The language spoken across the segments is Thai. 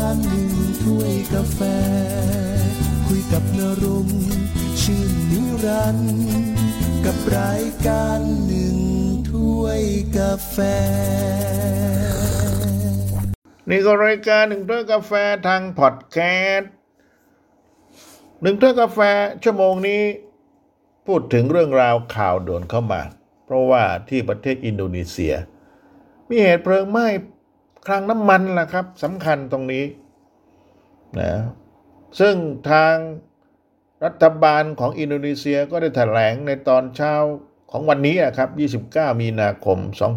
การหนึ่งถ้วยกาแฟคุยกับนรงค์ชื่นนิรันดร์กับรายการหนึ่งถ้วยกาแฟนี่ก็รายการหนึ่งถ้วยกาแฟทางพอดแคสต์หนึ่งถ้วยกาแฟชั่วโมงนี้พูดถึงเรื่องราวข่าวด่วนเข้ามาเพราะว่าที่ประเทศอินโดนีเซียมีเหตุเพลิงไหม้คลังน้ำมันล่ะครับสำคัญตรงนี้นะซึ่งทางรัฐบาลของอินโดนีเซียก็ได้แถลงในตอนเช้าของวันนี้ครับ29 มีนาคม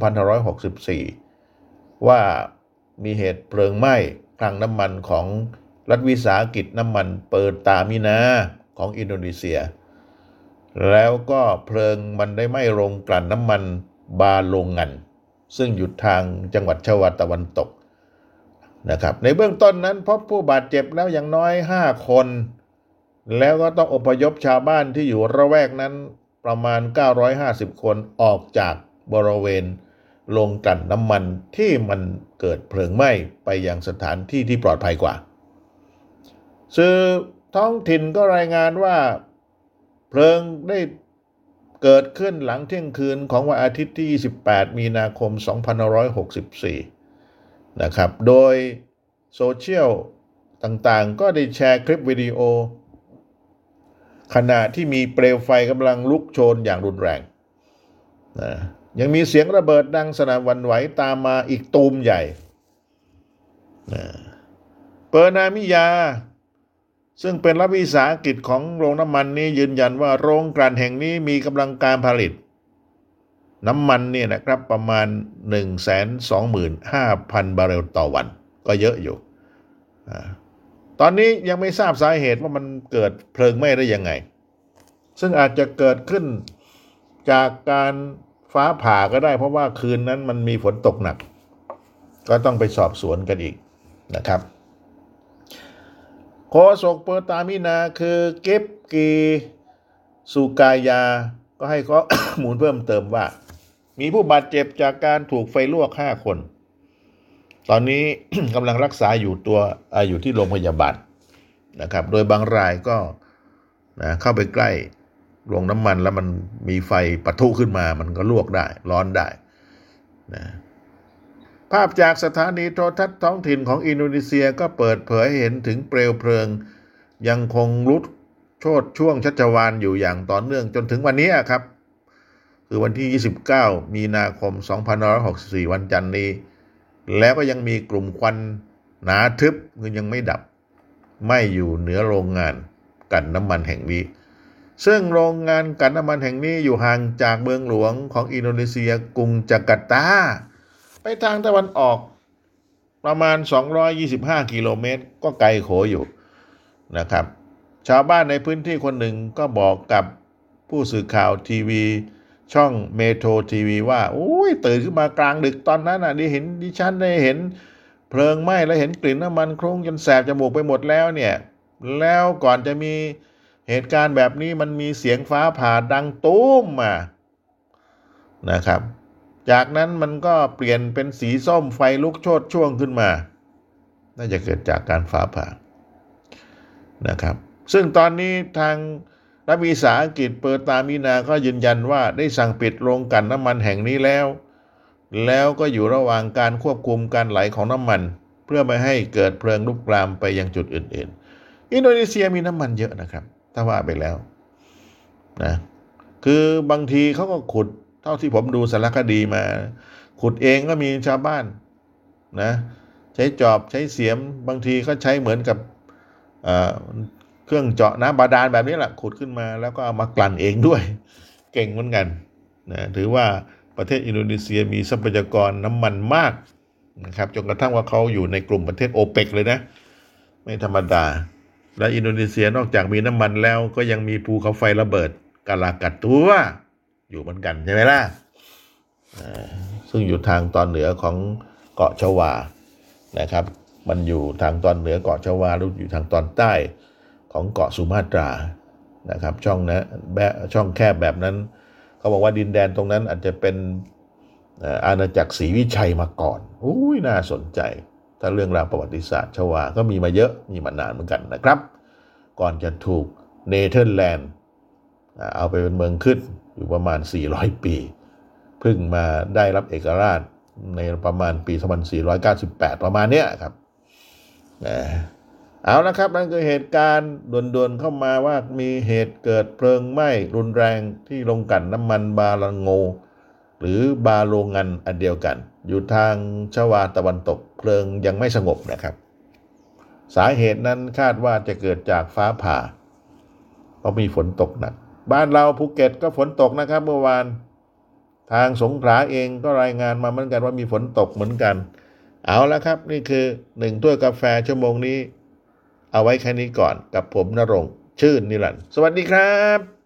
2564ว่ามีเหตุเพลิงไหม้คลังน้ำมันของรัฐวิสาหกิจน้ำมันเปอร์ตามินาของอินโดนีเซียแล้วก็เพลิงมันได้ไหม้โรงกลั่นน้ำมันบาโลงันซึ่งอยู่ทางจังหวัดชวาตะวันตกนะครับในเบื้องต้นนั้นพบผู้บาดเจ็บแล้วอย่างน้อย5 คนแล้วก็ต้องอพยพชาวบ้านที่อยู่ระแวกนั้นประมาณ950 คนออกจากบริเวณโรงกลั่นน้ำมันที่มันเกิดเพลิงไหม้ไปยังสถานที่ที่ปลอดภัยกว่าสื่อท้องถิ่นก็รายงานว่าเพลิงได้เกิดขึ้นหลังเที่ยงคืนของวันอาทิตย์ที่28 มีนาคม 2564นะครับโดยโซเชียลต่างๆก็ได้แชร์คลิปวิดีโอขณะที่มีเปลวไฟกำลังลุกโชนอย่างรุนแรงนะยังมีเสียงระเบิดดังสนั่นหวั่นไหวตามมาอีกตูมใหญ่นะเปอร์นามิยาซึ่งเป็นรัฐวิสาหกิจของโรงน้ำมันนี้ยืนยันว่าโรงกลั่นแห่งนี้มีกำลังการผลิตน้ำมันเนี่ยนะครับประมาณ 125,000 บาร์เรลต่อวันก็เยอะอยู่ตอนนี้ยังไม่ทราบสาเหตุว่ามันเกิดเพลิงไหม้ได้ยังไงซึ่งอาจจะเกิดขึ้นจากการฟ้าผ่าก็ได้เพราะว่าคืนนั้นมันมีฝนตกหนักก็ต้องไปสอบสวนกันอีกนะครับโฆษกเปอร์ตามินาคือเก็บกีสุกายาก็ให้ข้อมูลเพิ่มเติมว่ามีผู้บาดเจ็บจากการถูกไฟลวก5 คนตอนนี้ กำลังรักษาอยู่ที่โรงพยาบาลนะครับโดยบางรายก็เข้าไปใกล้โรงน้ำมันแล้วมันมีไฟปะทุขึ้นมามันก็ลวกได้ร้อนได้นะภาพจากสถานีโทรทัศน์ท้องถิ่นของอินโดนีเซียก็เปิดเผยให้เห็นถึงเปลวเพลิงยังคงลุกโชติช่วงชัชวาลอยู่อย่างต่อเนื่องจนถึงวันนี้ครับคือวันที่29 มีนาคม 2564วันจันทร์นี้แล้วก็ยังมีกลุ่มควันหนาทึบยังไม่ดับไหม้อยู่เหนือโรงงานกลั่นน้ำมันแห่งนี้ซึ่งโรงงานกลั่นน้ำมันแห่งนี้อยู่ห่างจากเมืองหลวงของอินโดนีเซียกรุงจาการ์ตาไปทางตะวันออกประมาณ225 กิโลเมตรก็ไกลโขอยู่นะครับชาวบ้านในพื้นที่คนหนึ่งก็บอกกับผู้สื่อข่าวทีวีช่องเมโทรทีวีว่าโอ้ยตื่นขึ้นมากลางดึกตอนนั้นดิฉันได้เห็นเพลิงไหม้และเห็นกลิ่นน้ำมันคลุ้งจนแสบจมูกไปหมดแล้วเนี่ยแล้วก่อนจะมีเหตุการณ์แบบนี้มันมีเสียงฟ้าผ่าดังตุ้มมานะครับจากนั้นมันก็เปลี่ยนเป็นสีส้มไฟลุกโชติช่วงขึ้นมาน่าจะเกิดจากการฟ้าผ่านะครับซึ่งตอนนี้ทางรัฐวิสาหกิจเปอร์ตามินาก็ยืนยันว่าได้สั่งปิดโรงกลั่นน้ำมันแห่งนี้แล้วก็อยู่ระหว่างการควบคุมการไหลของน้ำมันเพื่อไม่ให้เกิดเพลิงลุกลามไปยังจุดอื่นๆอินโดนีเซียมีน้ำมันเยอะนะครับถ้าว่าไปแล้วนะคือบางทีเขาก็ขุดเท่าที่ผมดูสารคดีมาขุดเองก็มีชาวบ้านนะใช้จอบใช้เสียมบางทีก็ใช้เหมือนกับเครื่องเจาะน้ำบาดาลแบบนี้แหละขุดขึ้นมาแล้วก็เอามากลั่นเองด้วยเก่งเหมือนกันนะถือว่าประเทศอินโดนีเซียมีทรัพยากรน้ำมันมากนะครับจนกระทั่งว่าเขาอยู่ในกลุ่มประเทศโอเปกเลยนะไม่ธรรมดาและอินโดนีเซียนอกจากมีน้ำมันแล้วก็ยังมีภูเขาไฟระเบิดกาลากัตตัวอยู่เหมือนกันใช่ไหมล่ะซึ่งอยู่ทางตอนเหนือของเกาะชวานะครับมันอยู่ทางตอนเหนือเกาะชวาหรืออยู่ทางตอนใต้ของเกาะสุมาตรานะครับช่องแคบแบบนั้นเขาบอกว่าดินแดนตรงนั้นอาจจะเป็นอาณาจักรศรีวิชัยมาก่อนอุ้ยน่าสนใจถ้าเรื่องราวประวัติศาสตร์ชวาก็มีมาเยอะมีมานานเหมือนกันนะครับก่อนจะถูกเนเธอร์แลนด์เอาไปเป็นเมืองขึ้นอยู่ประมาณ400ปีเพิ่งมาได้รับเอกราชในประมาณปี2498ประมาณเนี้ยครับเอานะครับนั่นคือเหตุการณ์ด่วนๆเข้ามาว่ามีเหตุเกิดเพลิงไหม้รุนแรงที่โรงกลั่นน้ำมันบาลังโงหรือบาโลงันอันเดียวกันอยู่ทางชวาตะวันตกเพลิงยังไม่สงบนะครับสาเหตุนั้นคาดว่าจะเกิดจากฟ้าผ่าเพราะมีฝนตกหนักบ้านเราภูเก็ตก็ฝนตกนะครับเมื่อวานทางสงขลาเองก็รายงานมาเหมือนกันว่ามีฝนตกเหมือนกันเอาละครับนี่คือ1ถ้วยกาแฟชั่วโมงนี้เอาไว้แค่นี้ก่อนกับผมณรงค์ชื่นนิรันดร์สวัสดีครับ